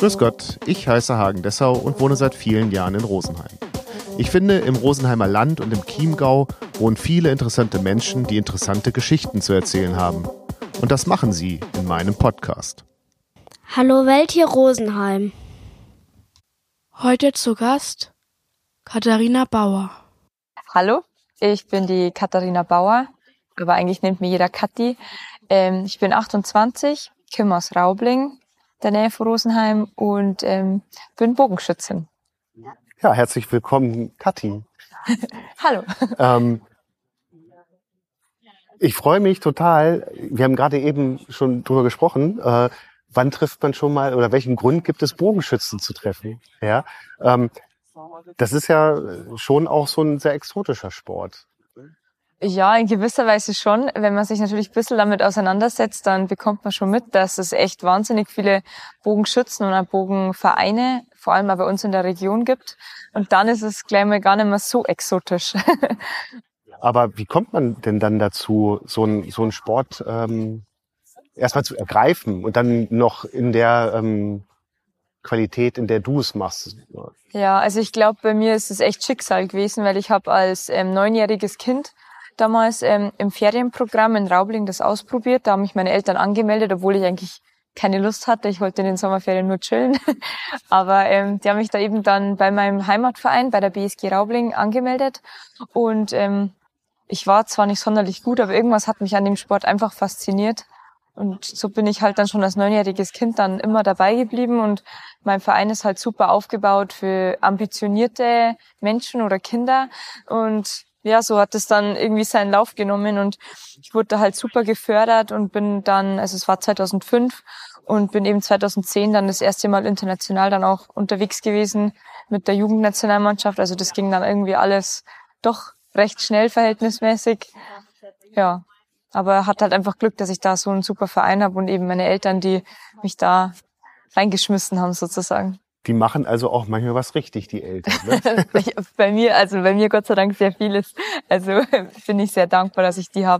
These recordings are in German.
Grüß Gott, ich heiße Hagen Dessau und wohne seit vielen Jahren in Rosenheim. Ich finde, im Rosenheimer Land und im Chiemgau wohnen viele interessante Menschen, die interessante Geschichten zu erzählen haben. Und das machen sie in meinem Podcast. Hallo Welt, hier Rosenheim. Heute zu Gast Katharina Bauer. Hallo, ich bin die Katharina Bauer, aber eigentlich nennt mich jeder Kathi. Ich bin 28, komme aus Raubling, der Nähe von Rosenheim und bin Bogenschützin. Ja, herzlich willkommen, Kathi. Hallo. Ich freue mich total. Wir haben gerade eben schon drüber gesprochen. Wann trifft man schon mal oder welchen Grund gibt es, Bogenschützen zu treffen? Ja, das ist ja schon auch so ein sehr exotischer Sport. Ja, in gewisser Weise schon. Wenn man sich natürlich ein bisschen damit auseinandersetzt, dann bekommt man schon mit, dass es echt wahnsinnig viele Bogenschützen und auch Bogenvereine, vor allem auch bei uns in der Region gibt. Und dann ist es gleich mal gar nicht mehr so exotisch. Aber wie kommt man denn dann dazu, so einen Sport erstmal zu ergreifen und dann noch in der Qualität, in der du es machst? Ja, also ich glaube, bei mir ist es echt Schicksal gewesen, weil ich habe als 9-jähriges Kind damals im Ferienprogramm in Raubling das ausprobiert. Da haben mich meine Eltern angemeldet, obwohl ich eigentlich keine Lust hatte. Ich wollte in den Sommerferien nur chillen. Aber die haben mich da eben dann bei meinem Heimatverein, bei der BSG Raubling, angemeldet. Und ich war zwar nicht sonderlich gut, aber irgendwas hat mich an dem Sport einfach fasziniert. Und so bin ich halt dann schon als 9-jähriges Kind dann immer dabei geblieben. Und mein Verein ist halt super aufgebaut für ambitionierte Menschen oder Kinder. Und ja, so hat es dann irgendwie seinen Lauf genommen und ich wurde da halt super gefördert und bin dann, also es war 2005 und bin eben 2010 dann das erste Mal international dann auch unterwegs gewesen mit der Jugendnationalmannschaft. Also das ging dann irgendwie alles doch recht schnell verhältnismäßig. Ja, aber hat halt einfach Glück, dass ich da so einen super Verein habe und eben meine Eltern, die mich da reingeschmissen haben sozusagen. Die machen also auch manchmal was richtig, die Eltern. Ne? bei mir Gott sei Dank sehr vieles. Also bin ich sehr dankbar, dass ich die habe.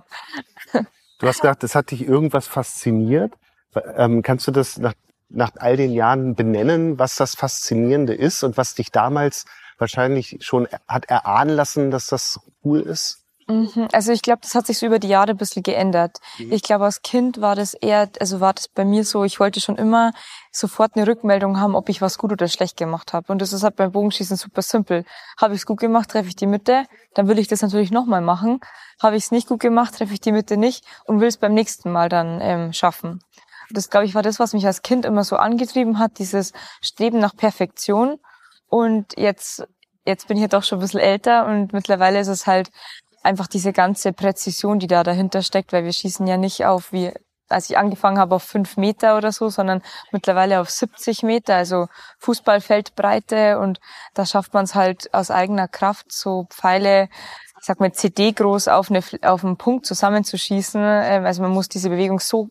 Du hast gesagt, das hat dich irgendwas fasziniert. Kannst du das nach all den Jahren benennen, was das Faszinierende ist und was dich damals wahrscheinlich schon hat erahnen lassen, dass das cool ist? Also ich glaube, das hat sich so über die Jahre ein bisschen geändert. Ich glaube, als Kind war das bei mir so, ich wollte schon immer sofort eine Rückmeldung haben, ob ich was gut oder schlecht gemacht habe. Und das ist halt beim Bogenschießen super simpel. Habe ich es gut gemacht, treffe ich die Mitte, dann will ich das natürlich nochmal machen. Habe ich es nicht gut gemacht, treffe ich die Mitte nicht und will es beim nächsten Mal dann schaffen. Das, glaube ich, war das, was mich als Kind immer so angetrieben hat, dieses Streben nach Perfektion. Und jetzt bin ich ja doch schon ein bisschen älter und mittlerweile ist es halt einfach diese ganze Präzision, die da dahinter steckt, weil wir schießen ja nicht auf, wie als ich angefangen habe, auf 5 Meter oder so, sondern mittlerweile auf 70 Meter, also Fußballfeldbreite, und da schafft man es halt aus eigener Kraft, so Pfeile, ich sag mal CD groß auf einen Punkt zusammenzuschießen. Also man muss diese Bewegung so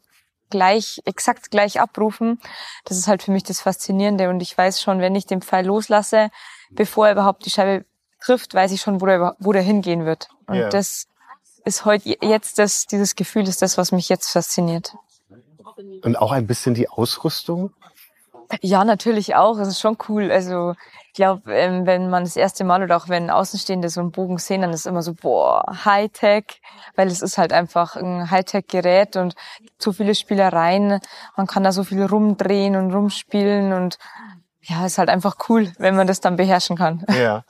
exakt gleich abrufen. Das ist halt für mich das Faszinierende, und ich weiß schon, wenn ich den Pfeil loslasse, bevor er überhaupt die Scheibe trifft, weiß ich schon, wo der hingehen wird. Und ja, das ist dieses Gefühl ist das, was mich jetzt fasziniert. Und auch ein bisschen die Ausrüstung? Ja, natürlich auch. Es ist schon cool. Also ich glaube, wenn man das erste Mal oder auch wenn Außenstehende so einen Bogen sehen, dann ist es immer so, Hightech, weil es ist halt einfach ein Hightech-Gerät und so viele Spielereien. Man kann da so viel rumdrehen und rumspielen und ja, ist halt einfach cool, wenn man das dann beherrschen kann. Ja.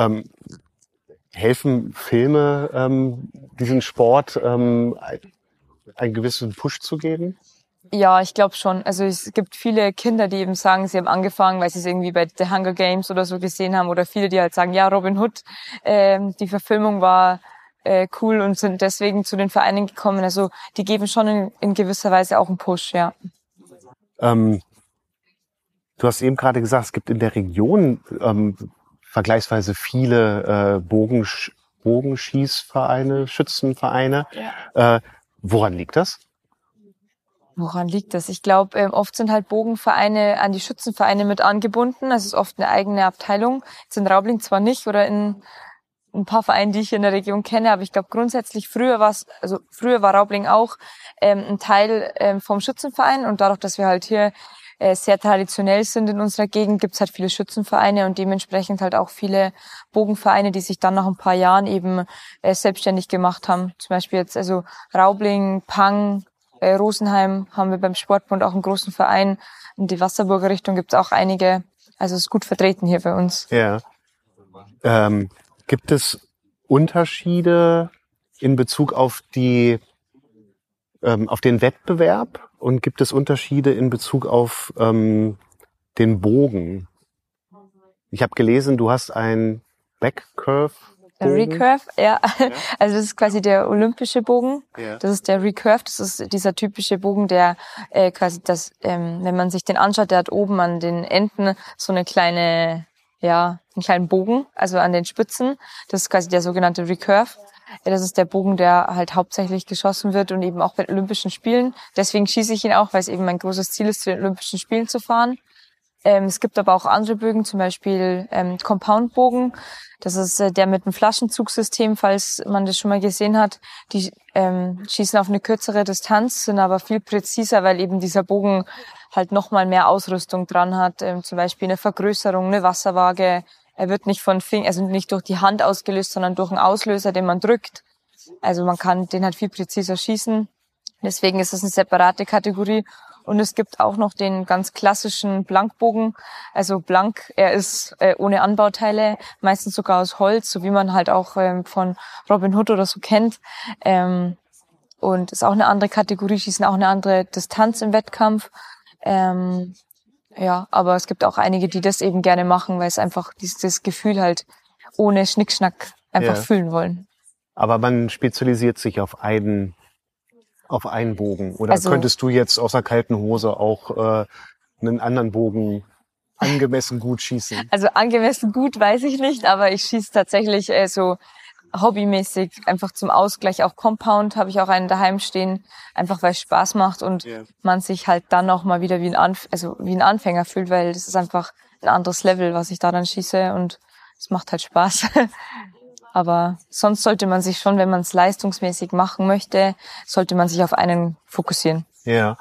Helfen Filme, diesen Sport einen gewissen Push zu geben? Ja, ich glaube schon. Also es gibt viele Kinder, die eben sagen, sie haben angefangen, weil sie es irgendwie bei The Hunger Games oder so gesehen haben, oder viele, die halt sagen, ja, Robin Hood, die Verfilmung war cool und sind deswegen zu den Vereinen gekommen. Also die geben schon in gewisser Weise auch einen Push, ja. Du hast eben gerade gesagt, es gibt in der Region vergleichsweise viele Bogenschießvereine, Schützenvereine. Ja. Woran liegt das? Woran liegt das? Ich glaube, oft sind halt Bogenvereine an die Schützenvereine mit angebunden. Das ist oft eine eigene Abteilung. Jetzt in Raubling zwar nicht oder in ein paar Vereine, die ich hier in der Region kenne, aber ich glaube grundsätzlich früher war Raubling auch ein Teil vom Schützenverein, und dadurch, dass wir halt hier sehr traditionell sind in unserer Gegend, gibt's halt viele Schützenvereine und dementsprechend halt auch viele Bogenvereine, die sich dann nach ein paar Jahren eben selbstständig gemacht haben. Zum Beispiel jetzt also Raubling, Pang, Rosenheim haben wir beim Sportbund auch einen großen Verein. In die Wasserburger Richtung gibt's auch einige. Also es ist gut vertreten hier bei uns. Ja. Gibt es Unterschiede in Bezug auf auf den Wettbewerb und gibt es Unterschiede in Bezug auf den Bogen? Ich habe gelesen, du hast einen Backcurve. Recurve, ja. Also das ist quasi der olympische Bogen. Ja. Das ist der Recurve. Das ist dieser typische Bogen, der quasi wenn man sich den anschaut, der hat oben an den Enden so einen kleinen Bogen, also an den Spitzen. Das ist quasi der sogenannte Recurve. Das ist der Bogen, der halt hauptsächlich geschossen wird und eben auch bei den Olympischen Spielen. Deswegen schieße ich ihn auch, weil es eben mein großes Ziel ist, zu den Olympischen Spielen zu fahren. Es gibt aber auch andere Bögen, zum Beispiel Compound-Bogen. Das ist der mit einem Flaschenzugsystem, falls man das schon mal gesehen hat. Die schießen auf eine kürzere Distanz, sind aber viel präziser, weil eben dieser Bogen halt nochmal mehr Ausrüstung dran hat. Zum Beispiel eine Vergrößerung, eine Wasserwaage. Er wird nicht nicht durch die Hand ausgelöst, sondern durch einen Auslöser, den man drückt. Also man kann den halt viel präziser schießen. Deswegen ist es eine separate Kategorie. Und es gibt auch noch den ganz klassischen Blankbogen. Also blank, er ist ohne Anbauteile, meistens sogar aus Holz, so wie man halt auch von Robin Hood oder so kennt. Und ist auch eine andere Kategorie, schießen auch eine andere Distanz im Wettkampf. Aber es gibt auch einige, die das eben gerne machen, weil es einfach dieses Gefühl halt ohne Schnickschnack einfach fühlen wollen. Aber man spezialisiert sich auf einen Bogen. Oder also, könntest du jetzt aus der kalten Hose auch einen anderen Bogen angemessen gut schießen? Also angemessen gut weiß ich nicht, aber ich schieße tatsächlich so hobbymäßig, einfach zum Ausgleich. Auch Compound habe ich auch einen daheim stehen, einfach weil es Spaß macht und man sich halt dann auch mal wieder wie ein Anfänger fühlt, weil das ist einfach ein anderes Level, was ich da dann schieße und es macht halt Spaß. Aber sonst sollte man sich schon, wenn man es leistungsmäßig machen möchte, sollte man sich auf einen fokussieren. Ja.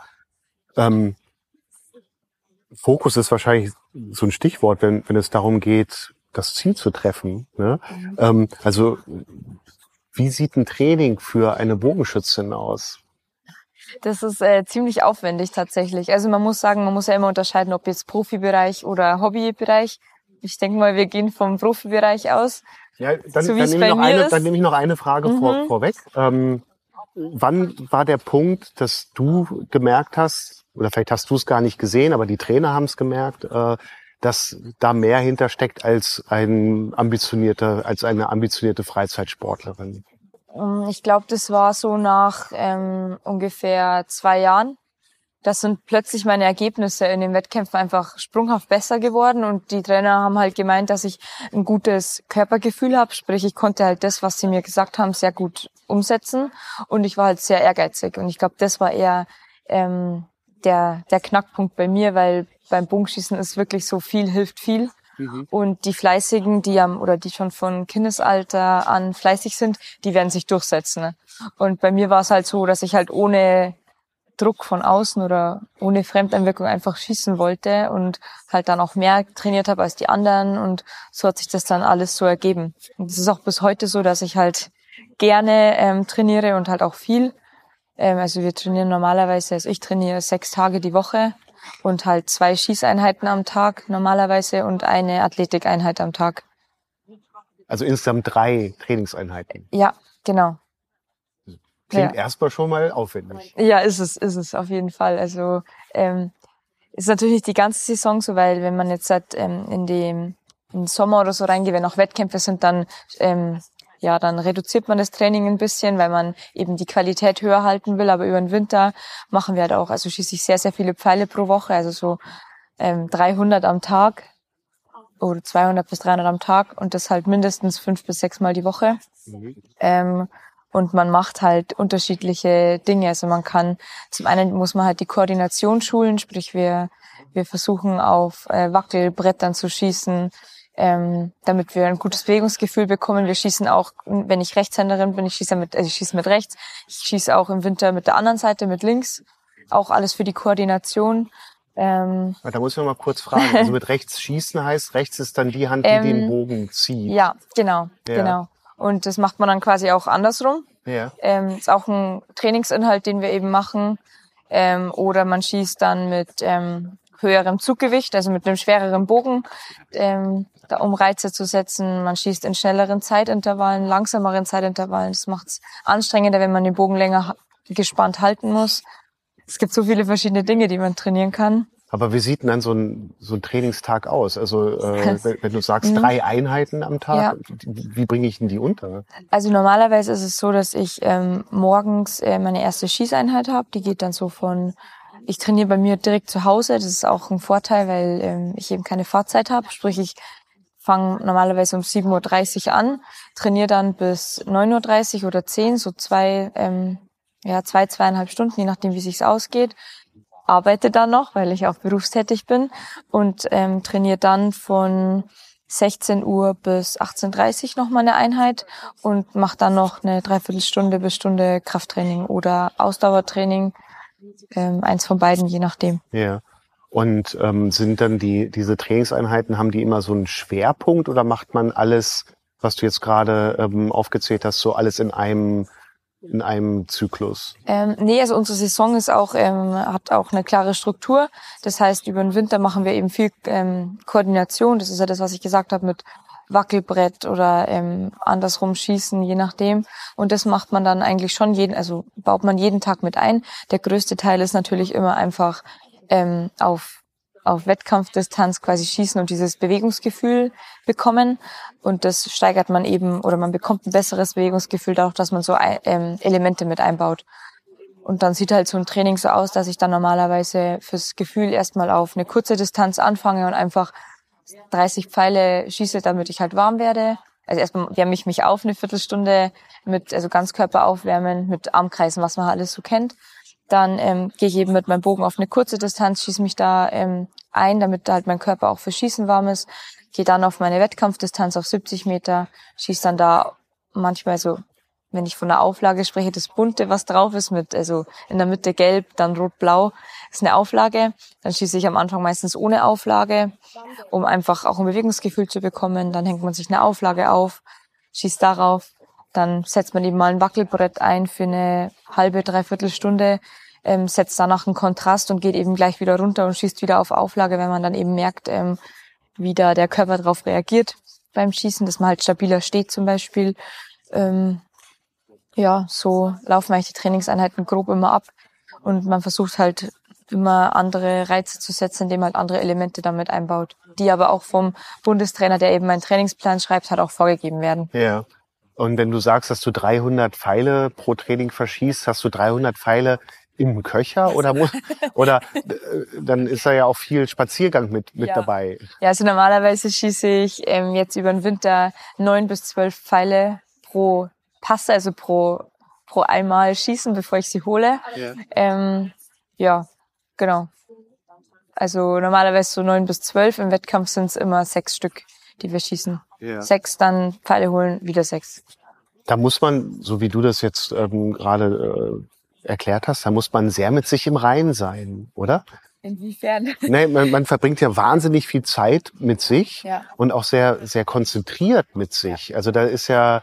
Fokus ist wahrscheinlich so ein Stichwort, wenn es darum geht, das Ziel zu treffen. Ne? Also wie sieht ein Training für eine Bogenschützin aus? Das ist ziemlich aufwendig tatsächlich. Also man muss sagen, man muss ja immer unterscheiden, ob jetzt Profibereich oder Hobbybereich. Ich denke mal, wir gehen vom Profibereich aus. Ja, dann nehme ich noch eine Frage vorweg. Wann war der Punkt, dass du gemerkt hast, oder vielleicht hast du es gar nicht gesehen, aber die Trainer haben es gemerkt, dass da mehr hintersteckt als eine ambitionierte Freizeitsportlerin? Ich glaube, das war so nach ungefähr 2 Jahren. Das sind plötzlich meine Ergebnisse in den Wettkämpfen einfach sprunghaft besser geworden und die Trainer haben halt gemeint, dass ich ein gutes Körpergefühl habe, sprich ich konnte halt das, was sie mir gesagt haben, sehr gut umsetzen und ich war halt sehr ehrgeizig und ich glaube, das war eher der Knackpunkt bei mir, weil beim Bogenschießen ist wirklich so viel hilft viel. Und die Fleißigen, die schon von Kindesalter an fleißig sind, die werden sich durchsetzen. Und bei mir war es halt so, dass ich halt ohne Druck von außen oder ohne Fremdeinwirkung einfach schießen wollte und halt dann auch mehr trainiert habe als die anderen und so hat sich das dann alles so ergeben. Und es ist auch bis heute so, dass ich halt gerne trainiere und halt auch viel. Also wir trainieren normalerweise, also ich trainiere 6 Tage die Woche und halt 2 Schießeinheiten am Tag normalerweise und eine Athletikeinheit am Tag. Also insgesamt 3 Trainingseinheiten? Ja, genau. Klingt erstmal schon mal aufwendig. Ja, ist es auf jeden Fall. Also ist natürlich nicht die ganze Saison so, weil wenn man jetzt halt in den Sommer oder so reingeht, wenn auch Wettkämpfe sind, dann dann reduziert man das Training ein bisschen, weil man eben die Qualität höher halten will. Aber über den Winter machen wir halt auch, also schieße ich sehr, sehr viele Pfeile pro Woche, also so 300 am Tag oder 200 bis 300 am Tag und das halt mindestens 5 bis 6 Mal die Woche. Und man macht halt unterschiedliche Dinge. Also man kann, zum einen muss man halt die Koordination schulen, sprich wir versuchen auf Wackelbrettern zu schießen, damit wir ein gutes Bewegungsgefühl bekommen. Wir schießen auch, wenn ich Rechtshänderin bin, ich schieße mit rechts. Ich schieße auch im Winter mit der anderen Seite, mit links. Auch alles für die Koordination. Da muss ich noch mal kurz fragen. Also mit rechts schießen heißt, rechts ist dann die Hand, die den Bogen zieht. Ja, genau. Und das macht man dann quasi auch andersrum. Ja. Ist auch ein Trainingsinhalt, den wir eben machen. Oder man schießt dann mit höherem Zuggewicht, also mit einem schwereren Bogen, um Reize zu setzen. Man schießt in schnelleren Zeitintervallen, langsameren Zeitintervallen. Das macht es anstrengender, wenn man den Bogen länger gespannt halten muss. Es gibt so viele verschiedene Dinge, die man trainieren kann. Aber wie sieht denn dann so ein Trainingstag aus? Also wenn du sagst 3 Einheiten am Tag, wie bringe ich denn die unter? Also normalerweise ist es so, dass ich morgens meine erste Schießeinheit habe. Die geht dann so ich trainiere bei mir direkt zu Hause. Das ist auch ein Vorteil, weil ich eben keine Fahrzeit habe. Sprich, ich fange normalerweise um 7:30 Uhr an, trainiere dann bis 9:30 Uhr oder 10, so 2,5 Stunden, je nachdem, wie sich's ausgeht. Arbeite dann noch, weil ich auch berufstätig bin und trainiere dann von 16 Uhr bis 18:30 Uhr noch mal eine Einheit und mache dann noch eine Dreiviertelstunde bis Stunde Krafttraining oder Ausdauertraining, eins von beiden, je nachdem. Ja. Und sind dann diese Trainingseinheiten, haben die immer so einen Schwerpunkt oder macht man alles, was du jetzt gerade aufgezählt hast, so alles in einem Zyklus? Nee, also unsere Saison ist auch, hat auch eine klare Struktur. Das heißt, über den Winter machen wir eben viel Koordination. Das ist ja das, was ich gesagt habe mit Wackelbrett oder andersrum schießen, je nachdem. Und das macht man dann eigentlich schon baut man jeden Tag mit ein. Der größte Teil ist natürlich immer einfach auf Wettkampfdistanz quasi schießen und dieses Bewegungsgefühl bekommen. Und das steigert man eben, oder man bekommt ein besseres Bewegungsgefühl dadurch, dass man so Elemente mit einbaut. Und dann sieht halt so ein Training so aus, dass ich dann normalerweise fürs Gefühl erstmal auf eine kurze Distanz anfange und einfach 30 Pfeile schieße, damit ich halt warm werde. Also erstmal wärme ich mich auf eine Viertelstunde also Ganzkörper aufwärmen, mit Armkreisen, was man alles so kennt. Dann gehe ich eben mit meinem Bogen auf eine kurze Distanz, schieße mich da ein, damit halt mein Körper auch für Schießen warm ist. Gehe dann auf meine Wettkampfdistanz auf 70 Meter, schieße dann da manchmal so, wenn ich von der Auflage spreche, das Bunte, was drauf ist, also in der Mitte gelb, dann rot-blau, ist eine Auflage. Dann schieße ich am Anfang meistens ohne Auflage, um einfach auch ein Bewegungsgefühl zu bekommen. Dann hängt man sich eine Auflage auf, schießt darauf. Dann setzt man eben mal ein Wackelbrett ein für eine halbe, dreiviertel Stunde, setzt danach einen Kontrast und geht eben gleich wieder runter und schießt wieder auf Auflage, wenn man dann eben merkt, wie da der Körper drauf reagiert beim Schießen, dass man halt stabiler steht zum Beispiel. So laufen eigentlich die Trainingseinheiten grob immer ab und man versucht halt immer andere Reize zu setzen, indem man halt andere Elemente damit einbaut, die aber auch vom Bundestrainer, der eben einen Trainingsplan schreibt, halt auch vorgegeben werden. Ja. Und wenn du sagst, dass du 300 Pfeile pro Training verschießt, hast du 300 Pfeile im Köcher oder dann ist da ja auch viel Spaziergang mit dabei. Ja, also normalerweise schieße ich jetzt über den Winter 9 bis 12 Pfeile pro Passe, also pro einmal schießen, bevor ich sie hole. Ja. Genau. Also normalerweise so 9 bis 12. Im Wettkampf sind es immer 6 Stück, die wir schießen. Ja. 6, dann Pfeile holen, wieder 6. Da muss man, so wie du das jetzt gerade erklärt hast, da muss man sehr mit sich im Reinen sein, oder? Inwiefern? Nee, man verbringt ja wahnsinnig viel Zeit mit sich und auch sehr, sehr konzentriert mit sich. Also da ist ja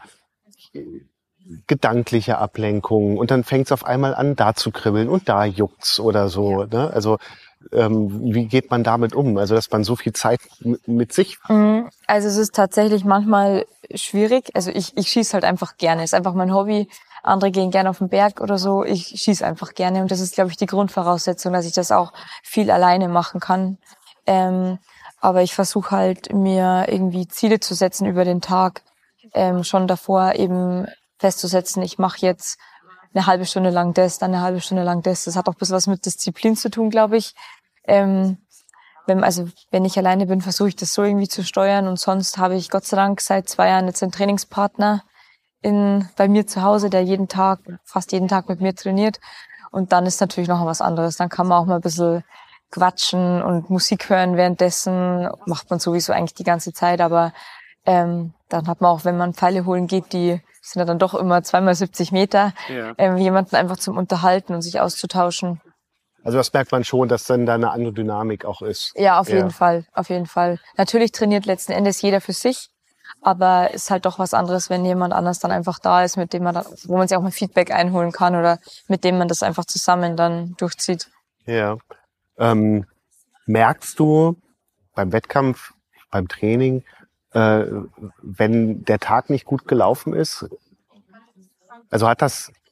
gedankliche Ablenkung und dann fängt es auf einmal an, da zu kribbeln und da juckt's oder so. Ja. Ne? Also wie geht man damit um? Also dass man so viel Zeit mit sich hat. Also es ist tatsächlich manchmal schwierig. Also ich schieße halt einfach gerne. Es ist einfach mein Hobby. Andere gehen gerne auf den Berg oder so. Ich schieße einfach gerne und das ist, glaube ich, die Grundvoraussetzung, dass ich das auch viel alleine machen kann. Aber ich versuche halt, mir irgendwie Ziele zu setzen über den Tag. Schon davor eben festzusetzen, ich mache jetzt eine halbe Stunde lang das, dann eine halbe Stunde lang das. Das hat auch ein bisschen was mit Disziplin zu tun, glaube ich. Wenn ich alleine bin, versuche ich das so irgendwie zu steuern und sonst habe ich Gott sei Dank seit 2 Jahren jetzt einen Trainingspartner bei mir zu Hause, der fast jeden Tag mit mir trainiert und dann ist natürlich noch was anderes. Dann kann man auch mal ein bisschen quatschen und Musik hören währenddessen, macht man sowieso eigentlich die ganze Zeit, aber dann hat man auch, wenn man Pfeile holen geht, die sind ja dann doch immer 2x70 Meter, jemanden einfach zum Unterhalten und sich auszutauschen. Also das merkt man schon, dass dann da eine andere Dynamik auch ist. Ja, auf jeden Fall, auf jeden Fall. Natürlich trainiert letzten Endes jeder für sich, aber ist halt doch was anderes, wenn jemand anders dann einfach da ist, mit dem man dann, wo man sich auch mal Feedback einholen kann oder mit dem man das einfach zusammen dann durchzieht. Ja. Merkst du beim Wettkampf, beim Training, wenn der Tag nicht gut gelaufen ist? Also hat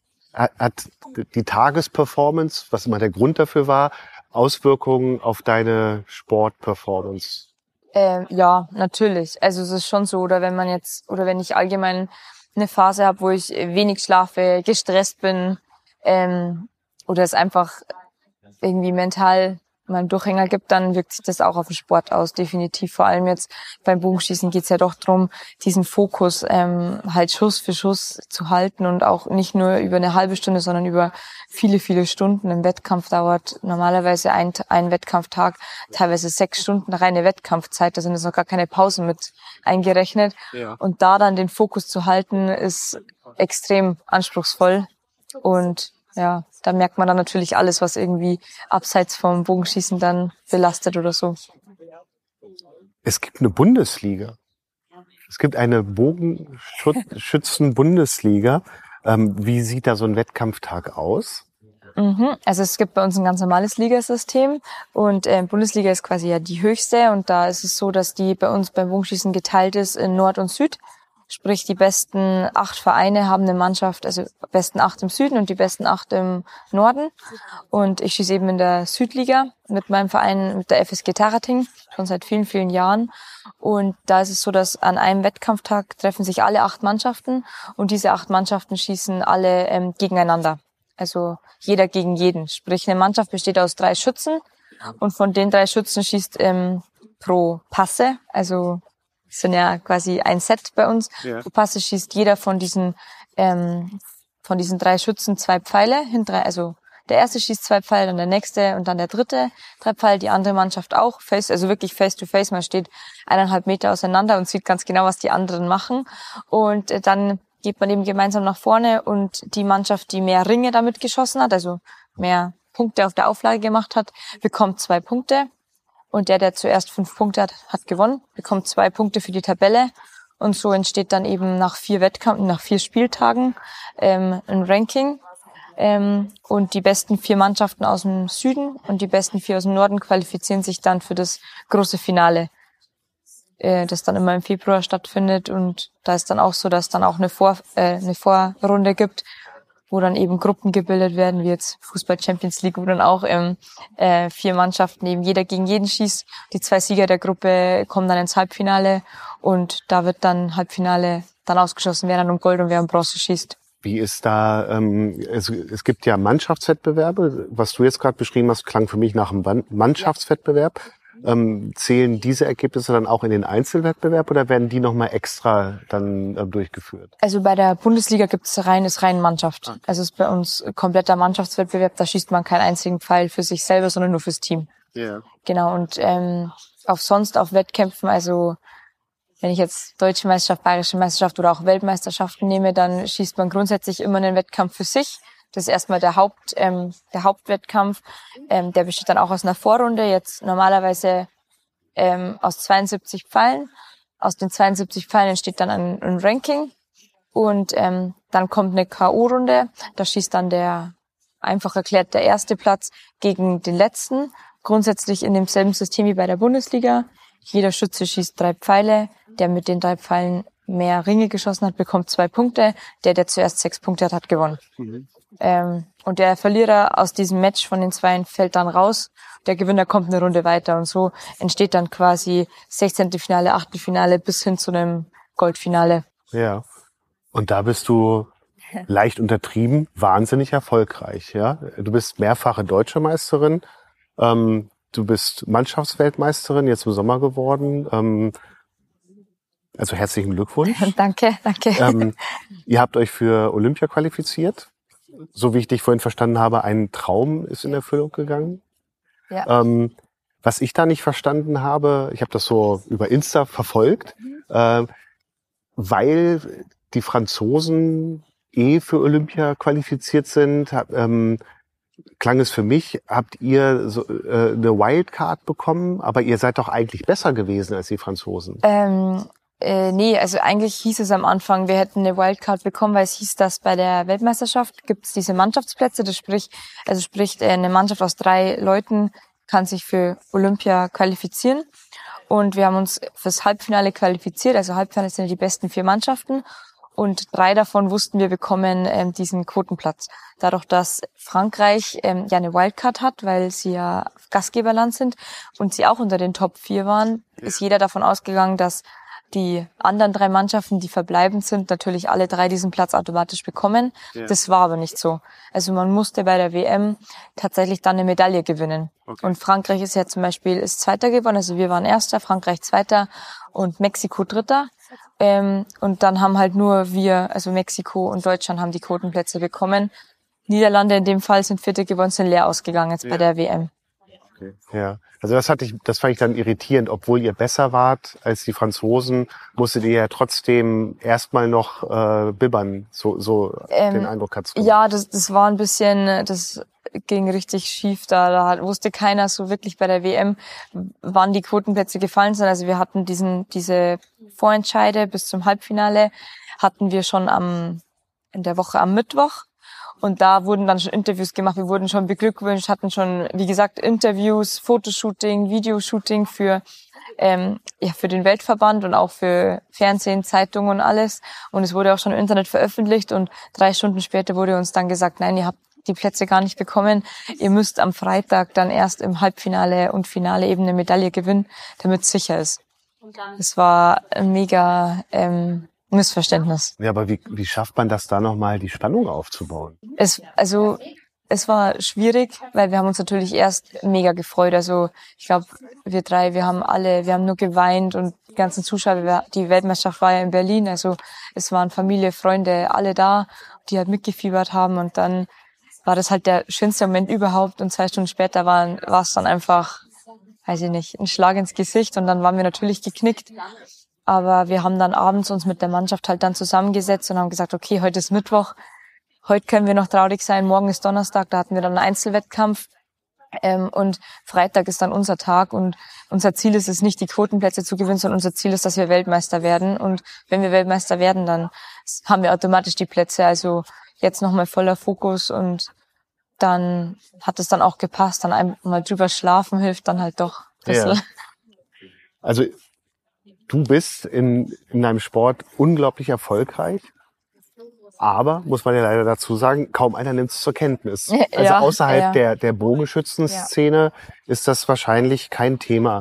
die Tagesperformance, was immer der Grund dafür war, Auswirkungen auf deine Sportperformance? Ja, natürlich. Also es ist schon so, oder wenn ich allgemein eine Phase habe, wo ich wenig schlafe, gestresst bin, oder es einfach irgendwie mental mal einen Durchhänger gibt, dann wirkt sich das auch auf den Sport aus, definitiv. Vor allem jetzt beim Bogenschießen geht's ja doch drum, diesen Fokus halt Schuss für Schuss zu halten und auch nicht nur über eine halbe Stunde, sondern über viele, viele Stunden. Ein Wettkampf dauert normalerweise ein Wettkampftag, teilweise 6 Stunden reine Wettkampfzeit, da sind jetzt noch gar keine Pausen mit eingerechnet. Ja. Und da dann den Fokus zu halten, ist extrem anspruchsvoll und ja, da merkt man dann natürlich alles, was irgendwie abseits vom Bogenschießen dann belastet oder so. Es gibt eine Bundesliga. Es gibt eine Bogenschützen-Bundesliga. Wie sieht da so ein Wettkampftag aus? Also es gibt bei uns ein ganz normales Ligasystem und Bundesliga ist quasi ja die höchste und da ist es so, dass die bei uns beim Bogenschießen geteilt ist in Nord und Süd. Sprich, die besten 8 Vereine haben eine Mannschaft, also besten 8 im Süden und die besten 8 im Norden. Und ich schieße eben in der Südliga mit meinem Verein, mit der FSG Tarating, schon seit vielen, vielen Jahren. Und da ist es so, dass an einem Wettkampftag treffen sich alle 8 Mannschaften und diese 8 Mannschaften schießen alle gegeneinander. Also jeder gegen jeden. Sprich, eine Mannschaft besteht aus 3 Schützen und von den 3 Schützen schießt pro Passe, also sind ja quasi ein Set bei uns. Ja. Pro Passe schießt jeder von diesen 3 Schützen 2 Pfeile. Also der erste schießt 2 Pfeile, dann der nächste und dann der dritte 3 Pfeile. Die andere Mannschaft auch, also wirklich face to face. Man steht 1,5 Meter auseinander und sieht ganz genau, was die anderen machen. Und dann geht man eben gemeinsam nach vorne und die Mannschaft, die mehr Ringe damit geschossen hat, also mehr Punkte auf der Auflage gemacht hat, bekommt 2 Punkte. Und der zuerst 5 Punkte hat gewonnen, bekommt 2 Punkte für die Tabelle. Und so entsteht dann eben nach 4 Spieltagen ein Ranking. Und die besten 4 Mannschaften aus dem Süden und die besten 4 aus dem Norden qualifizieren sich dann für das große Finale, das dann immer im Februar stattfindet. Und da ist dann auch so, dass dann auch eine Vorrunde gibt, wo dann eben Gruppen gebildet werden, wie jetzt Fußball Champions League, wo dann auch 4 Mannschaften eben jeder gegen jeden schießt. Die 2 Sieger der Gruppe kommen dann ins Halbfinale und da wird dann Halbfinale dann ausgeschossen, wer dann um Gold und wer um Bronze schießt. Wie ist da, es gibt ja Mannschaftswettbewerbe, was du jetzt gerade beschrieben hast, klang für mich nach einem Mannschaftswettbewerb. Zählen diese Ergebnisse dann auch in den Einzelwettbewerb oder werden die nochmal extra dann durchgeführt? Also bei der Bundesliga gibt es rein Mannschaft. Also es ist bei uns kompletter Mannschaftswettbewerb, da schießt man keinen einzigen Pfeil für sich selber, sondern nur fürs Team. Ja. Genau, und auf Wettkämpfen, also wenn ich jetzt Deutsche Meisterschaft, Bayerische Meisterschaft oder auch Weltmeisterschaften nehme, dann schießt man grundsätzlich immer einen Wettkampf für sich. Das ist erstmal der Hauptwettkampf. Der besteht dann auch aus einer Vorrunde, jetzt normalerweise aus 72 Pfeilen. Aus den 72 Pfeilen entsteht dann ein Ranking. Und dann kommt eine K.O.-Runde. Da schießt dann einfach erklärt der erste Platz gegen den letzten. Grundsätzlich in demselben System wie bei der Bundesliga. Jeder Schütze schießt 3 Pfeile. Der mit den 3 Pfeilen mehr Ringe geschossen hat, bekommt 2 Punkte. Der zuerst 6 Punkte hat gewonnen. Mhm. Und der Verlierer aus diesem Match von den 2 fällt dann raus. Der Gewinner kommt eine Runde weiter und so entsteht dann quasi 16. Finale, Achtelfinale bis hin zu einem Goldfinale. Ja. Und da bist du leicht untertrieben, wahnsinnig erfolgreich, ja? Du bist mehrfache Deutsche Meisterin. Du bist Mannschaftsweltmeisterin, jetzt im Sommer geworden. Also herzlichen Glückwunsch. Danke. Ihr habt euch für Olympia qualifiziert. So wie ich dich vorhin verstanden habe, ein Traum ist in Erfüllung gegangen. Ja. Was ich da nicht verstanden habe, ich habe das so über Insta verfolgt, weil die Franzosen für Olympia qualifiziert sind, klang es für mich, habt ihr so, eine Wildcard bekommen, aber ihr seid doch eigentlich besser gewesen als die Franzosen. Nee, also eigentlich hieß es am Anfang, wir hätten eine Wildcard bekommen, weil es hieß, dass bei der Weltmeisterschaft gibt es diese Mannschaftsplätze. Das sprich, eine Mannschaft aus 3 Leuten kann sich für Olympia qualifizieren. Und wir haben uns fürs Halbfinale qualifiziert. Also Halbfinale sind die besten 4 Mannschaften. Und 3 davon wussten wir bekommen diesen Quotenplatz. Dadurch, dass Frankreich ja eine Wildcard hat, weil sie ja Gastgeberland sind und sie auch unter den Top 4 waren, ist jeder davon ausgegangen, dass die anderen 3 Mannschaften, die verbleibend sind, natürlich alle 3 diesen Platz automatisch bekommen. Ja. Das war aber nicht so. Also man musste bei der WM tatsächlich dann eine Medaille gewinnen. Okay. Und Frankreich ist ja zum Beispiel ist Zweiter geworden. Also wir waren Erster, Frankreich Zweiter und Mexiko Dritter. Und dann haben halt nur wir, also Mexiko und Deutschland, haben die Quotenplätze bekommen. Niederlande in dem Fall sind Vierte geworden, sind leer ausgegangen jetzt bei der WM. Okay. Ja, also das fand ich dann irritierend. Obwohl ihr besser wart als die Franzosen, musstet ihr ja trotzdem erstmal noch bibbern. So den Eindruck hat's gemacht. Ja, das war ein bisschen, das ging richtig schief. Da wusste keiner so wirklich bei der WM, wann die Quotenplätze gefallen sind. Also wir hatten diese Vorentscheide bis zum Halbfinale hatten wir schon in der Woche am Mittwoch. Und da wurden dann schon Interviews gemacht, wir wurden schon beglückwünscht, hatten schon, wie gesagt, Interviews, Fotoshooting, Videoshooting für den Weltverband und auch für Fernsehen, Zeitungen und alles. Und es wurde auch schon im Internet veröffentlicht und 3 Stunden später wurde uns dann gesagt, nein, ihr habt die Plätze gar nicht bekommen. Ihr müsst am Freitag dann erst im Halbfinale und Finale eben eine Medaille gewinnen, damit es sicher ist. Es war ein mega Missverständnis. Ja, aber wie schafft man das da nochmal, die Spannung aufzubauen? Es war schwierig, weil wir haben uns natürlich erst mega gefreut. Also ich glaube, wir 3, wir haben nur geweint und die ganzen Zuschauer, die Weltmeisterschaft war ja in Berlin, also es waren Familie, Freunde, alle da, die halt mitgefiebert haben und dann war das halt der schönste Moment überhaupt und 2 Stunden später war es dann einfach, weiß ich nicht, ein Schlag ins Gesicht und dann waren wir natürlich geknickt. Aber wir haben dann abends uns mit der Mannschaft halt dann zusammengesetzt und haben gesagt, okay, heute ist Mittwoch, heute können wir noch traurig sein, morgen ist Donnerstag, da hatten wir dann einen Einzelwettkampf und Freitag ist dann unser Tag und unser Ziel ist es nicht, die Quotenplätze zu gewinnen, sondern unser Ziel ist, dass wir Weltmeister werden und wenn wir Weltmeister werden, dann haben wir automatisch die Plätze, also jetzt nochmal voller Fokus und dann hat es dann auch gepasst, dann einmal drüber schlafen hilft dann halt doch ein bisschen. Ja. Also du bist in deinem Sport unglaublich erfolgreich, aber, muss man ja leider dazu sagen, kaum einer nimmt es zur Kenntnis. Also außerhalb der Bogenschützenszene ist das wahrscheinlich kein Thema.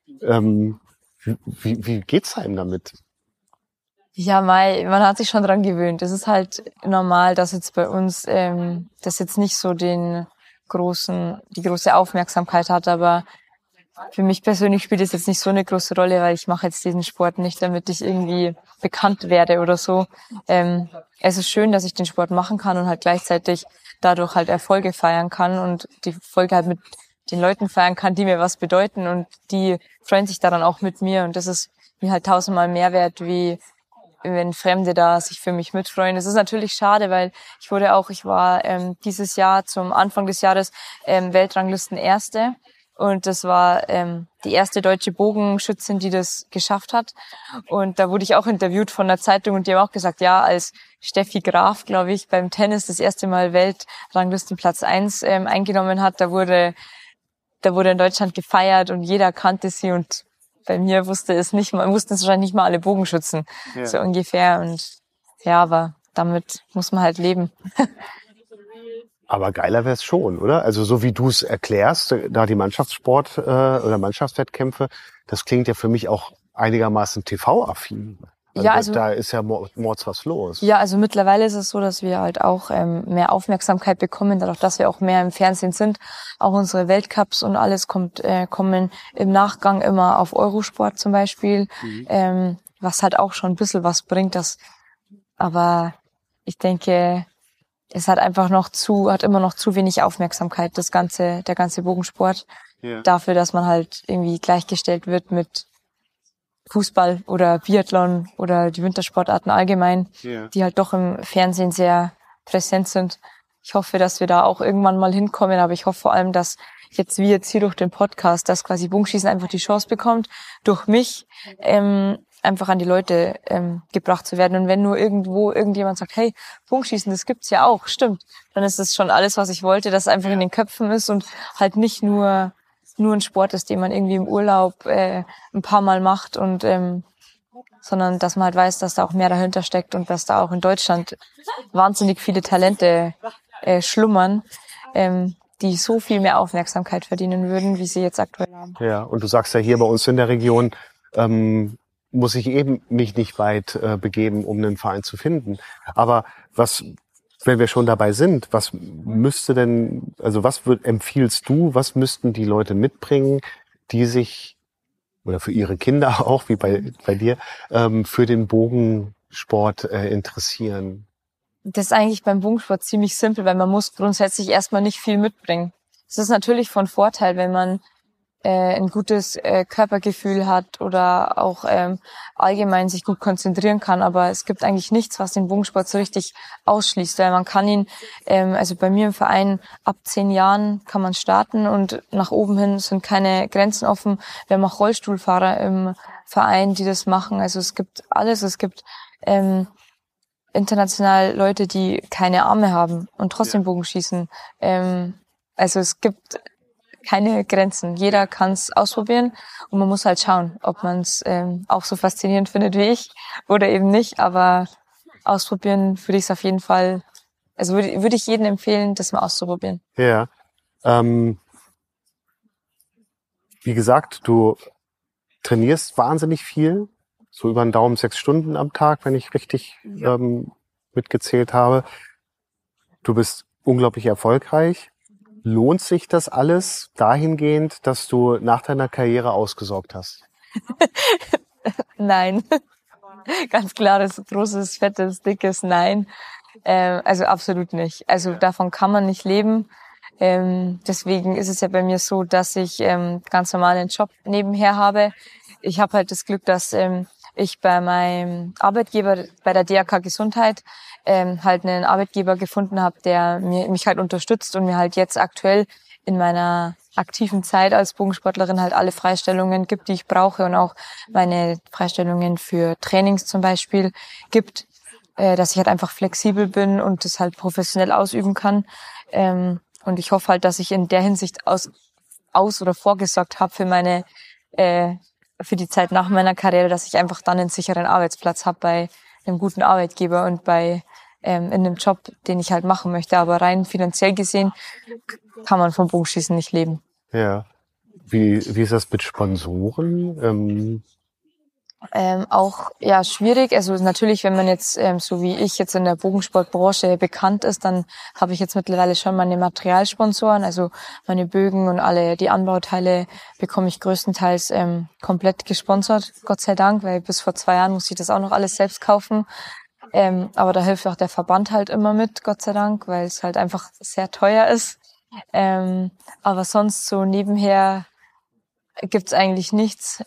Wie geht's einem damit? Ja, man hat sich schon dran gewöhnt. Es ist halt normal, dass jetzt bei uns das jetzt nicht so die große Aufmerksamkeit hat, aber für mich persönlich spielt es jetzt nicht so eine große Rolle, weil ich mache jetzt diesen Sport nicht, damit ich irgendwie bekannt werde oder so. Es ist schön, dass ich den Sport machen kann und halt gleichzeitig dadurch halt Erfolge feiern kann und die Erfolge halt mit den Leuten feiern kann, die mir was bedeuten und die freuen sich daran auch mit mir und das ist mir halt 1000-mal mehr wert, wie wenn Fremde da sich für mich mitfreuen. Es ist natürlich schade, weil ich war dieses Jahr zum Anfang des Jahres Weltranglisten Erste. Und das war die erste deutsche Bogenschützin, die das geschafft hat. Und da wurde ich auch interviewt von der Zeitung und die haben auch gesagt, ja, als Steffi Graf, glaube ich, beim Tennis das erste Mal Weltranglistenplatz 1 eingenommen hat, da wurde in Deutschland gefeiert und jeder kannte sie und bei mir wussten es wahrscheinlich nicht mal alle Bogenschützen, so ungefähr. Und ja, aber damit muss man halt leben. Aber geiler wär's schon, oder? Also so wie du es erklärst, da die Mannschaftssport oder Mannschaftswettkämpfe, das klingt ja für mich auch einigermaßen TV-affin. Also da ist ja mords was los. Ja, also mittlerweile ist es so, dass wir halt auch mehr Aufmerksamkeit bekommen, dadurch, dass wir auch mehr im Fernsehen sind. Auch unsere Weltcups und alles kommen im Nachgang immer auf Eurosport zum Beispiel, was halt auch schon ein bisschen was bringt. Aber ich denke, es hat immer noch zu wenig Aufmerksamkeit, der ganze Bogensport, dafür, dass man halt irgendwie gleichgestellt wird mit Fußball oder Biathlon oder die Wintersportarten allgemein, die halt doch im Fernsehen sehr präsent sind. ich hoffe, dass wir da auch irgendwann mal hinkommen, aber ich hoffe vor allem, dass jetzt hier durch den Podcast, dass quasi Bogenschießen einfach die Chance bekommt, durch mich einfach an die Leute gebracht zu werden. Und wenn nur irgendjemand sagt, hey, Bogenschießen, das gibt's ja auch, stimmt, dann ist das schon alles, was ich wollte, dass es einfach in den Köpfen ist und halt nicht nur ein Sport ist, den man irgendwie im Urlaub ein paar Mal macht und sondern dass man halt weiß, dass da auch mehr dahinter steckt und dass da auch in Deutschland wahnsinnig viele Talente schlummern, die so viel mehr Aufmerksamkeit verdienen würden, wie sie jetzt aktuell haben. Ja, und du sagst ja, hier bei uns in der Region muss ich eben mich nicht weit begeben, um einen Verein zu finden. Aber wenn wir schon dabei sind, was empfiehlst du, was müssten die Leute mitbringen, die sich, oder für ihre Kinder auch, wie bei dir, für den Bogensport interessieren? Das ist eigentlich beim Bogensport ziemlich simpel, weil man muss grundsätzlich erstmal nicht viel mitbringen. Es ist natürlich von Vorteil, wenn man ein gutes Körpergefühl hat oder auch allgemein sich gut konzentrieren kann, aber es gibt eigentlich nichts, was den Bogensport so richtig ausschließt, weil man kann ihn, also bei mir im Verein, ab 10 Jahren kann man starten und nach oben hin sind keine Grenzen offen. Wir haben auch Rollstuhlfahrer im Verein, die das machen, also es gibt alles, es gibt international Leute, die keine Arme haben und trotzdem Bogenschießen. Also es gibt keine Grenzen. Jeder kann es ausprobieren und man muss halt schauen, ob man es auch so faszinierend findet wie ich oder eben nicht. Aber ausprobieren würde ich es auf jeden Fall, also würde ich jedem empfehlen, das mal auszuprobieren. Ja. Wie gesagt, du trainierst wahnsinnig viel, so über den Daumen 6 Stunden am Tag, wenn ich richtig mitgezählt habe. Du bist unglaublich erfolgreich. Lohnt sich das alles dahingehend, dass du nach deiner Karriere ausgesorgt hast? Nein. Ganz klares, großes, fettes, dickes Nein. Also absolut nicht. Also davon kann man nicht leben. Deswegen ist es ja bei mir so, dass ich ganz normal einen Job nebenher habe. Ich habe halt das Glück, dass ich bei meinem Arbeitgeber, bei der DRK Gesundheit, halt einen Arbeitgeber gefunden habe, der mich halt unterstützt und mir halt jetzt aktuell in meiner aktiven Zeit als Bogensportlerin halt alle Freistellungen gibt, die ich brauche und auch meine Freistellungen für Trainings zum Beispiel gibt, dass ich halt einfach flexibel bin und das halt professionell ausüben kann. Und ich hoffe halt, dass ich in der Hinsicht aus oder vorgesorgt habe für für die Zeit nach meiner Karriere, dass ich einfach dann einen sicheren Arbeitsplatz habe bei einem guten Arbeitgeber und bei in einem Job, den ich halt machen möchte. Aber rein finanziell gesehen kann man vom Bogenschießen nicht leben. Ja. Wie ist das mit Sponsoren? Auch ja schwierig. Also natürlich, wenn man jetzt so wie ich jetzt in der Bogensportbranche bekannt ist, dann habe ich jetzt mittlerweile schon meine Materialsponsoren, also meine Bögen und alle die Anbauteile bekomme ich größtenteils komplett gesponsert, Gott sei Dank, weil bis vor 2 Jahren musste ich das auch noch alles selbst kaufen. Aber da hilft auch der Verband halt immer mit, Gott sei Dank, weil es halt einfach sehr teuer ist. Aber sonst so nebenher gibt's eigentlich nichts.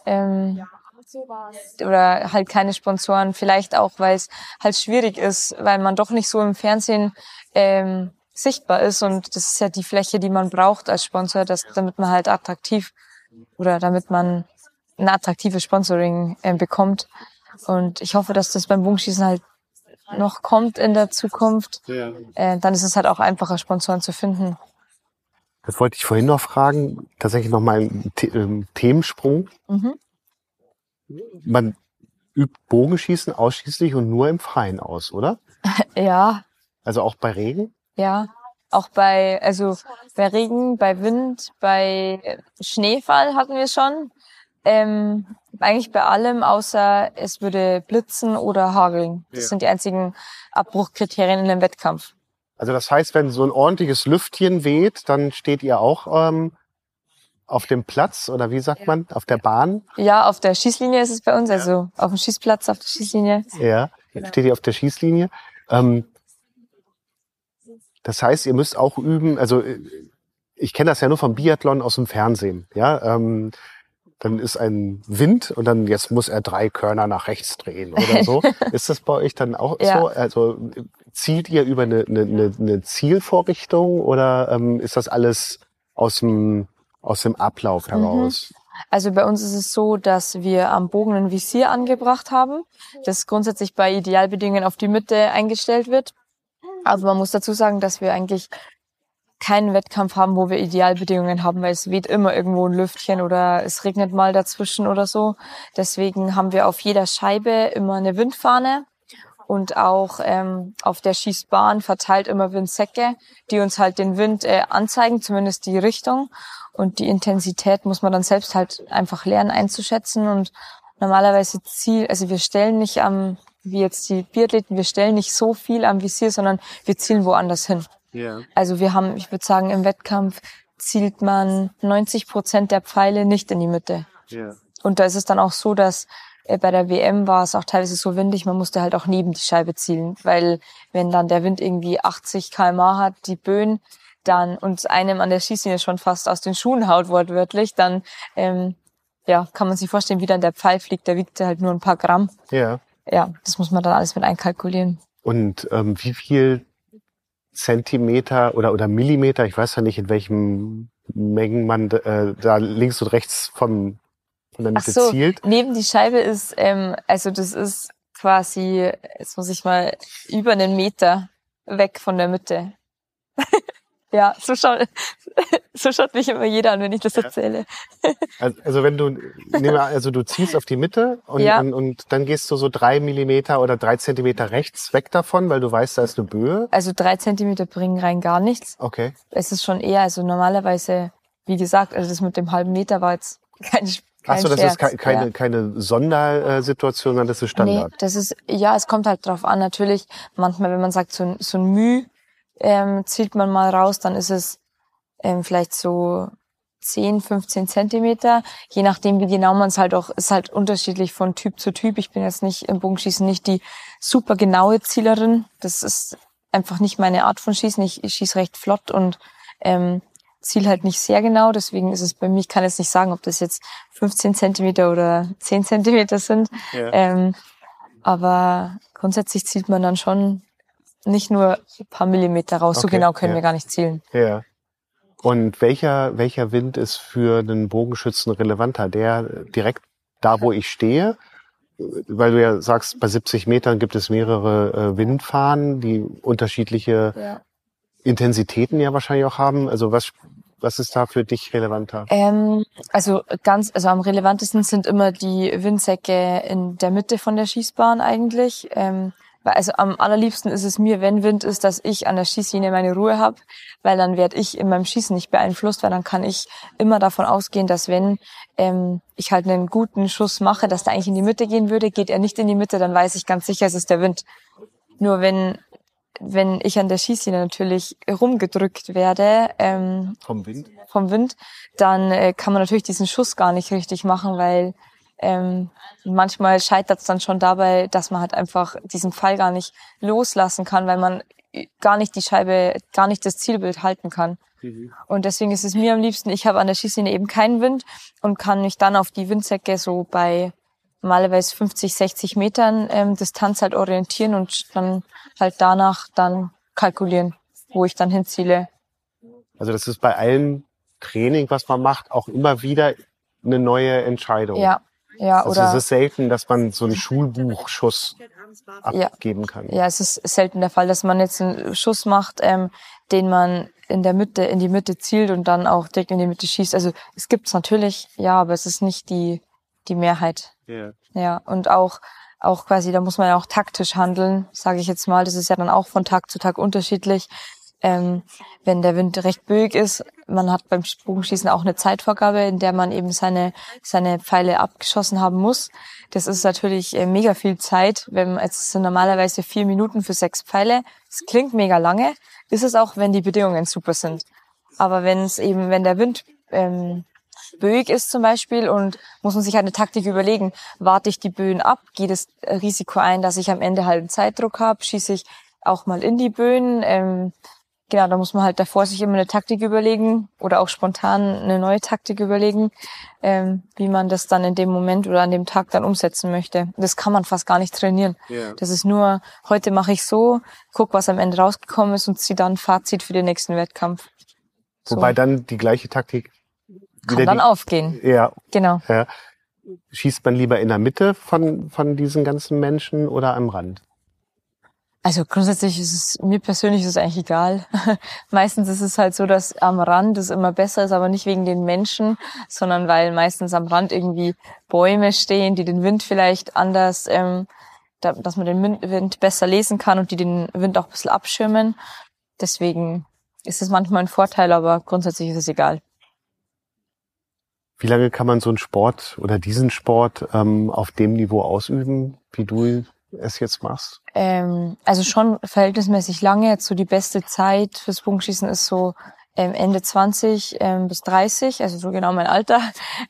Oder halt keine Sponsoren, vielleicht auch, weil es halt schwierig ist, weil man doch nicht so im Fernsehen sichtbar ist und das ist ja die Fläche, die man braucht als Sponsor, damit man halt attraktiv oder damit man ein attraktives Sponsoring bekommt. Und ich hoffe, dass das beim Bogenschießen halt noch kommt in der Zukunft. Ja. Dann ist es halt auch einfacher, Sponsoren zu finden. Das wollte ich vorhin noch fragen, tatsächlich noch mal ein Themensprung. Mhm. Man übt Bogenschießen ausschließlich und nur im Freien aus, oder? Ja. Also auch bei Regen? Ja, auch bei Regen, bei Wind, bei Schneefall hatten wir schon. Eigentlich bei allem, außer es würde blitzen oder hageln. Das sind die einzigen Abbruchkriterien in einem Wettkampf. Also das heißt, wenn so ein ordentliches Lüftchen weht, dann steht ihr auch auf dem Platz oder wie sagt man, auf der Bahn? Ja, auf der Schießlinie ist es bei uns, also auf dem Schießplatz, auf der Schießlinie. Ja, jetzt steht ihr auf der Schießlinie. Das heißt, ihr müsst auch üben, also ich kenne das ja nur vom Biathlon aus dem Fernsehen, ja, dann ist ein Wind und dann jetzt muss er 3 Körner nach rechts drehen oder so. Ist das bei euch dann auch so? Also zielt ihr über eine Zielvorrichtung oder ist das alles aus dem Ablauf heraus? Also bei uns ist es so, dass wir am Bogen ein Visier angebracht haben, das grundsätzlich bei Idealbedingungen auf die Mitte eingestellt wird. Aber man muss dazu sagen, dass wir eigentlich keinen Wettkampf haben, wo wir Idealbedingungen haben, weil es weht immer irgendwo ein Lüftchen oder es regnet mal dazwischen oder so. Deswegen haben wir auf jeder Scheibe immer eine Windfahne und auch auf der Schießbahn verteilt immer Windsäcke, die uns halt den Wind anzeigen, zumindest die Richtung. Und die Intensität muss man dann selbst halt einfach lernen einzuschätzen. Und normalerweise wir stellen nicht wie jetzt die Biathleten, wir stellen nicht so viel am Visier, sondern wir zielen woanders hin. Ja. Also ich würde sagen, im Wettkampf zielt man 90% der Pfeile nicht in die Mitte. Ja. Und da ist es dann auch so, dass bei der WM war es auch teilweise so windig, man musste halt auch neben die Scheibe zielen, weil wenn dann der Wind irgendwie 80 km/h hat, die Böen, dann uns einem an der Schießlinie schon fast aus den Schuhen haut, wortwörtlich, dann kann man sich vorstellen, wie dann der Pfeil fliegt, der wiegt halt nur ein paar Gramm. Ja. Ja, das muss man dann alles mit einkalkulieren. Und wie viel Zentimeter oder Millimeter, ich weiß ja nicht, in welchen Mengen man da links und rechts von der Mitte zielt. Neben die Scheibe ist, das ist quasi, jetzt muss ich mal, über einen Meter weg von der Mitte. Ja, so schaut mich immer jeder an, wenn ich das erzähle. Also wenn du zielst auf die Mitte und dann gehst du so 3 Millimeter oder 3 Zentimeter rechts weg davon, weil du weißt, da ist eine Böe. Also 3 Zentimeter bringen rein gar nichts. Okay. Es ist schon eher, also normalerweise, wie gesagt, also das mit dem halben Meter war jetzt kein Achso, das Scherz, ist keine Sondersituation, sondern das ist Standard. Nee, das ist, es kommt halt drauf an. Natürlich, manchmal, wenn man sagt, so ein Müh, zielt man mal raus, dann ist es vielleicht so 10, 15 Zentimeter. Je nachdem, wie genau man es halt auch, ist halt unterschiedlich von Typ zu Typ. Ich bin jetzt nicht im Bogenschießen nicht die super genaue Zielerin. Das ist einfach nicht meine Art von Schießen. Ich schieße recht flott und ziel halt nicht sehr genau. Deswegen ist es bei mir, ich kann jetzt nicht sagen, ob das jetzt 15 Zentimeter oder 10 Zentimeter sind. Ja. Aber grundsätzlich zielt man dann schon nicht nur ein paar Millimeter raus. Okay, so genau können wir gar nicht zielen. Ja. Und welcher Wind ist für einen Bogenschützen relevanter? Der direkt da, wo ich stehe? Weil du ja sagst, bei 70 Metern gibt es mehrere Windfahnen, die unterschiedliche Intensitäten ja wahrscheinlich auch haben. Also was ist da für dich relevanter? Also am relevantesten sind immer die Windsäcke in der Mitte von der Schießbahn eigentlich. Also am allerliebsten ist es mir, wenn Wind ist, dass ich an der Schießlinie meine Ruhe habe, weil dann werde ich in meinem Schießen nicht beeinflusst, weil dann kann ich immer davon ausgehen, dass wenn ich halt einen guten Schuss mache, dass der eigentlich in die Mitte gehen würde, geht er nicht in die Mitte, dann weiß ich ganz sicher, es ist der Wind. Nur wenn ich an der Schießlinie natürlich rumgedrückt werde vom Wind, dann kann man natürlich diesen Schuss gar nicht richtig machen, weil manchmal scheitert es dann schon dabei, dass man halt einfach diesen Pfeil gar nicht loslassen kann, weil man gar nicht die Scheibe, gar nicht das Zielbild halten kann. Mhm. Und deswegen ist es mir am liebsten, ich habe an der Schießlinie eben keinen Wind und kann mich dann auf die Windsäcke so bei normalerweise 50, 60 Metern Distanz halt orientieren und dann halt danach dann kalkulieren, wo ich dann hinziele. Also das ist bei allem Training, was man macht, auch immer wieder eine neue Entscheidung. Ja. Also es ist selten, dass man so einen Schulbuchschuss abgeben kann. Ja, es ist selten der Fall, dass man jetzt einen Schuss macht, den man in die Mitte zielt und dann auch direkt in die Mitte schießt. Also es gibt's natürlich, aber es ist nicht die Mehrheit. Yeah. Ja, und auch quasi, da muss man ja auch taktisch handeln, sage ich jetzt mal. Das ist ja dann auch von Tag zu Tag unterschiedlich. Wenn der Wind recht böig ist, man hat beim Bogenschießen auch eine Zeitvorgabe, in der man eben seine Pfeile abgeschossen haben muss. Das ist natürlich mega viel Zeit. Es sind normalerweise 4 Minuten für 6 Pfeile. Das klingt mega lange. Ist es auch, wenn die Bedingungen super sind. Aber wenn der Wind böig ist zum Beispiel und muss man sich halt eine Taktik überlegen, warte ich die Böen ab, gehe das Risiko ein, dass ich am Ende halt einen Zeitdruck habe, schieße ich auch mal in die Böen, Genau, da muss man halt davor sich immer eine Taktik überlegen oder auch spontan eine neue Taktik überlegen, wie man das dann in dem Moment oder an dem Tag dann umsetzen möchte. Das kann man fast gar nicht trainieren. Ja. Das ist nur, heute mache ich so, guck, was am Ende rausgekommen ist und ziehe dann ein Fazit für den nächsten Wettkampf. Wobei dann die gleiche Taktik Kann dann aufgehen. Ja. Genau. Ja. Schießt man lieber in der Mitte von diesen ganzen Menschen oder am Rand? Also grundsätzlich ist es, mir persönlich ist es eigentlich egal. Meistens ist es halt so, dass am Rand es immer besser ist, aber nicht wegen den Menschen, sondern weil meistens am Rand irgendwie Bäume stehen, die den Wind vielleicht anders, dass man den Wind besser lesen kann und die den Wind auch ein bisschen abschirmen. Deswegen ist es manchmal ein Vorteil, aber grundsätzlich ist es egal. Wie lange kann man so einen Sport oder diesen Sport auf dem Niveau ausüben, wie du es jetzt machst? Also schon verhältnismäßig lange. Jetzt so die beste Zeit fürs Bogenschießen ist so Ende 20 bis 30, also so genau mein Alter,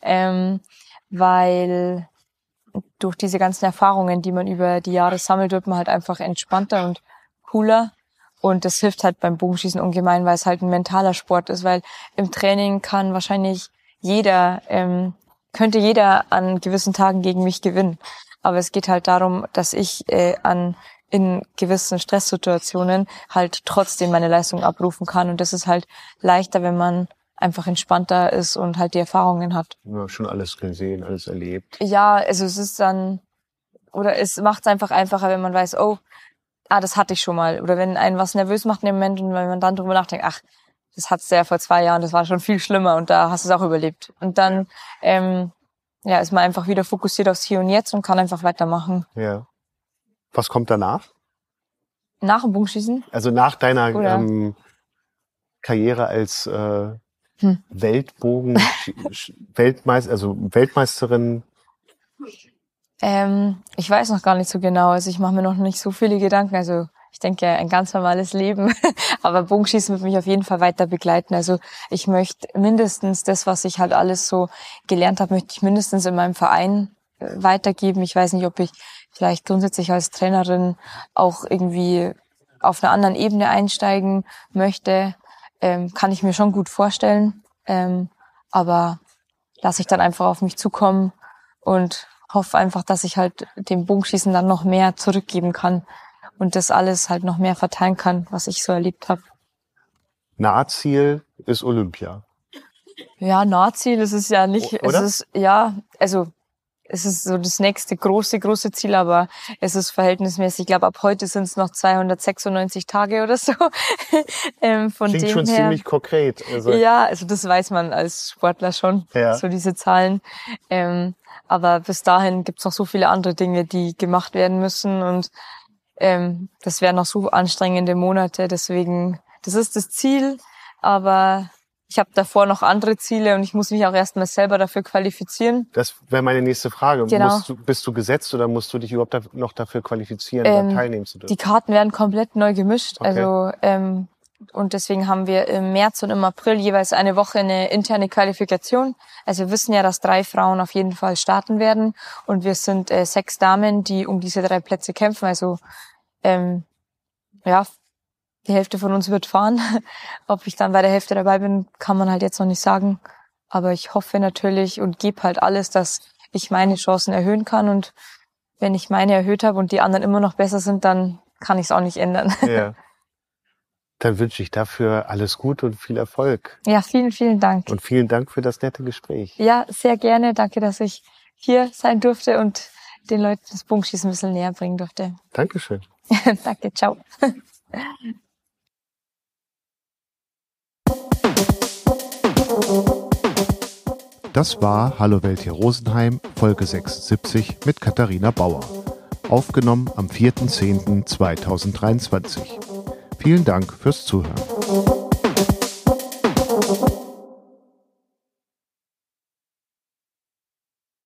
weil durch diese ganzen Erfahrungen, die man über die Jahre sammelt, wird man halt einfach entspannter und cooler. Und das hilft halt beim Bogenschießen ungemein, weil es halt ein mentaler Sport ist, weil im Training kann wahrscheinlich könnte jeder an gewissen Tagen gegen mich gewinnen. Aber es geht halt darum, dass ich in gewissen Stresssituationen halt trotzdem meine Leistung abrufen kann. Und das ist halt leichter, wenn man einfach entspannter ist und halt die Erfahrungen hat. Ja, schon alles gesehen, alles erlebt. Ja, also es ist dann, oder es macht es einfach einfacher, wenn man weiß, oh, das hatte ich schon mal. Oder wenn einen was nervös macht in dem Moment und wenn man dann drüber nachdenkt, ach, das hattest du ja vor 2 Jahren, das war schon viel schlimmer und da hast du es auch überlebt. Und dann ist man einfach wieder fokussiert aufs Hier und Jetzt und kann einfach weitermachen. Ja. Was kommt danach? Nach dem Bogenschießen? Also nach deiner Karriere als Weltmeisterin? Ich weiß noch gar nicht so genau. Also ich mache mir noch nicht so viele Gedanken. Also ich denke, ein ganz normales Leben. Aber Bogenschießen wird mich auf jeden Fall weiter begleiten. Also ich möchte mindestens das, was ich halt alles so gelernt habe, möchte ich mindestens in meinem Verein weitergeben. Ich weiß nicht, ob ich vielleicht grundsätzlich als Trainerin auch irgendwie auf einer anderen Ebene einsteigen möchte. Kann ich mir schon gut vorstellen. Aber lasse ich dann einfach auf mich zukommen und hoffe einfach, dass ich halt dem Bogenschießen dann noch mehr zurückgeben kann und das alles halt noch mehr verteilen kann, was ich so erlebt habe. Nahziel ist Olympia. Ja, Nahziel ist es ja nicht. Oder? Es ist so das nächste große Ziel, aber es ist verhältnismäßig. Ich glaube, ab heute sind es noch 296 Tage oder so. Von Klingt dem schon her, ziemlich konkret. Also, ja, also das weiß man als Sportler schon, so diese Zahlen. Aber bis dahin gibt's noch so viele andere Dinge, die gemacht werden müssen und das wären noch so anstrengende Monate. Deswegen, das ist das Ziel, aber ich habe davor noch andere Ziele und ich muss mich auch erstmal selber dafür qualifizieren. Das wäre meine nächste Frage. Genau. Bist du gesetzt oder musst du dich überhaupt noch dafür qualifizieren, da teilnehmen zu dürfen? Die Karten werden komplett neu gemischt. Okay. Also und deswegen haben wir im März und im April jeweils eine Woche eine interne Qualifikation. Also wir wissen ja, dass 3 Frauen auf jeden Fall starten werden und wir sind 6 Damen, die um diese 3 Plätze kämpfen. Also die Hälfte von uns wird fahren. Ob ich dann bei der Hälfte dabei bin, kann man halt jetzt noch nicht sagen. Aber ich hoffe natürlich und gebe halt alles, dass ich meine Chancen erhöhen kann. Und wenn ich meine erhöht habe und die anderen immer noch besser sind, dann kann ich es auch nicht ändern. Ja. Dann wünsche ich dafür alles Gute und viel Erfolg. Ja, vielen, vielen Dank. Und vielen Dank für das nette Gespräch. Ja, sehr gerne. Danke, dass ich hier sein durfte und den Leuten das Bogenschießen ein bisschen näher bringen durfte. Dankeschön. Danke, ciao. Das war Hallo Welt hier Rosenheim, Folge 76 mit Katharina Bauer. Aufgenommen am 4.10.2023. Vielen Dank fürs Zuhören.